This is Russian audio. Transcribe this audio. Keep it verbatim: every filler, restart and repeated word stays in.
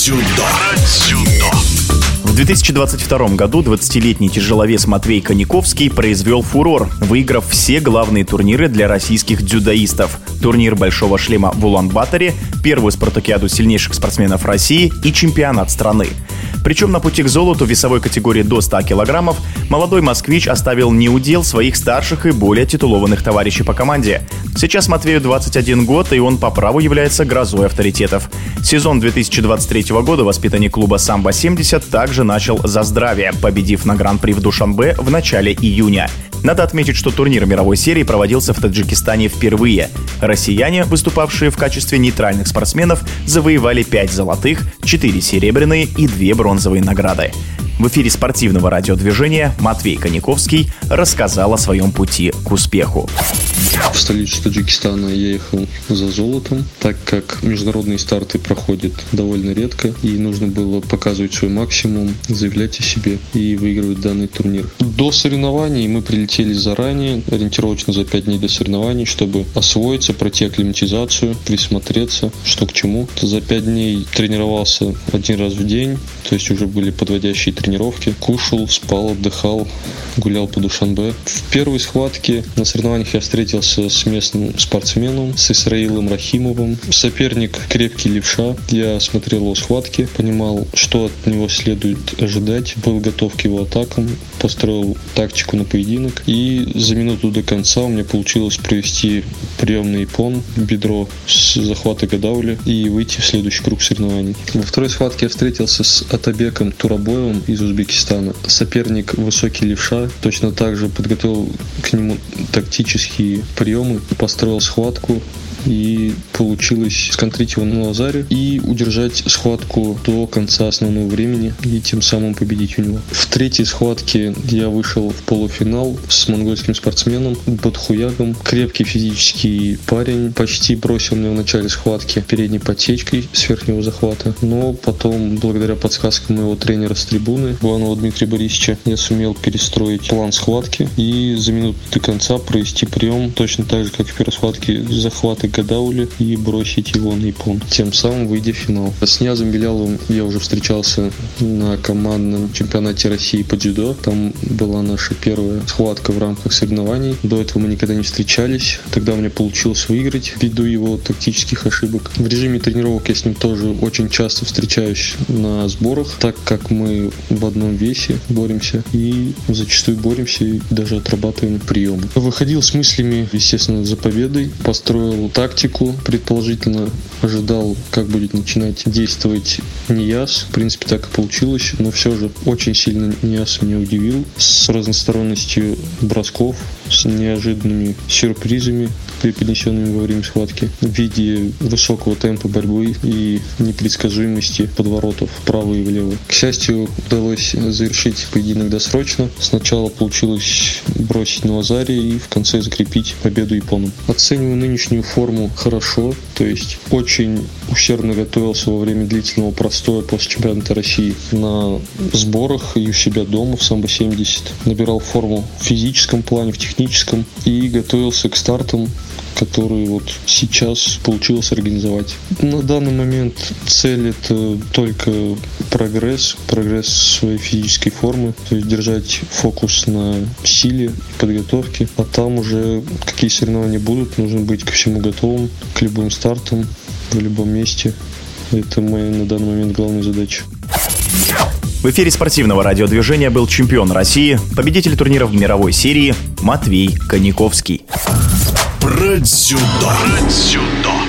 Дзюдо. В две тысячи двадцать втором году двадцатилетний тяжеловес Матвей Кониковский произвел фурор, выиграв все главные турниры для российских дзюдоистов. Турнир «Большого шлема» в Улан-Баторе, первую спартакиаду сильнейших спортсменов России и чемпионат страны. Причем на пути к золоту в весовой категории до ста килограммов молодой москвич оставил неудел своих старших и более титулованных товарищей по команде. Сейчас Матвею двадцать один год, и он по праву является грозой авторитетов. Сезон две тысячи двадцать третьего года воспитанник клуба «Самбо семьдесят» также начал за здравие, победив на Гран-при в Душанбе в начале июня. Надо отметить, что турнир мировой серии проводился в Таджикистане впервые. Россияне, выступавшие в качестве нейтральных спортсменов, завоевали пять золотых, четыре серебряные и две бронзовые награды. В эфире спортивного радиодвижения Матвей Кониковский рассказал о своем пути к успеху. В столицу Таджикистана я ехал за золотом, так как международные старты проходят довольно редко, и нужно было показывать свой максимум, заявлять о себе и выигрывать данный турнир. До соревнований мы прилетели заранее, ориентировочно за пять дней до соревнований, чтобы освоиться, пройти акклиматизацию, присмотреться, что к чему. За пять дней тренировался один раз в день, то есть уже были подводящие тренировки. Кушал, спал, отдыхал, гулял по Душанбе. В первой схватке на соревнованиях я встретился с местным спортсменом, с Исраилом Рахимовым. Соперник крепкий левша. Я смотрел его схватки, понимал, что от него следует ожидать, был готов к его атакам, построил тактику на поединок. И за минуту до конца у меня получилось провести приемный иппон, бедро с захвата гадаули и выйти в следующий круг соревнований. Во второй схватке я встретился с Атабеком Турабоевым из Узбекистана. Соперник высокий левша, точно так же подготовил к нему тактические приемы, построил схватку, и получилось сконтрить его на лазаре и удержать схватку до конца основного времени и тем самым победить у него. В третьей схватке я вышел в полуфинал с монгольским спортсменом Батхуягом. Крепкий физический парень, почти бросил меня в начале схватки передней подсечкой с верхнего захвата, но потом, благодаря подсказкам моего тренера с трибуны, Буанова Дмитрия Борисовича, я сумел перестроить план схватки и за минуту до конца провести прием точно так же, как в первой схватке, захваты гадаули и бросить его на иппон, тем самым выйдя в финал. С Ниязом Беляловым я уже встречался на командном чемпионате России по дзюдо. Там была наша первая схватка в рамках соревнований. До этого мы никогда не встречались. Тогда у меня получилось выиграть ввиду его тактических ошибок. В режиме тренировок я с ним тоже очень часто встречаюсь на сборах, так как мы в одном весе боремся и зачастую боремся и даже отрабатываем приемы. Выходил с мыслями, естественно, за победой, построил так тактику, предположительно ожидал, как будет начинать действовать Нияз. В принципе, так и получилось, но все же очень сильно Нияз меня удивил с разносторонностью бросков, с неожиданными сюрпризами, преподнесенными во время схватки, в виде высокого темпа борьбы и непредсказуемости подворотов вправо и влево. К счастью, удалось завершить поединок досрочно. Сначала получилось бросить на лазаре и в конце закрепить победу иппоном. Оцениваю нынешнюю форму хорошо, то есть очень усердно готовился во время длительного простоя после чемпионата России на сборах и у себя дома в Самбо семьдесят. Набирал форму в физическом плане, в техническом и готовился к стартам, которые вот сейчас получилось организовать. На данный момент цель — это только прогресс, прогресс своей физической формы, то есть держать фокус на силе и подготовке, а там уже какие соревнования будут, нужно быть ко всему готовым, к любым стартам, в любом месте. Это моя на данный момент главная задача. В эфире спортивного радиодвижения был чемпион России, победитель турниров мировой серии Матвей Кониковский. Про дзюдо.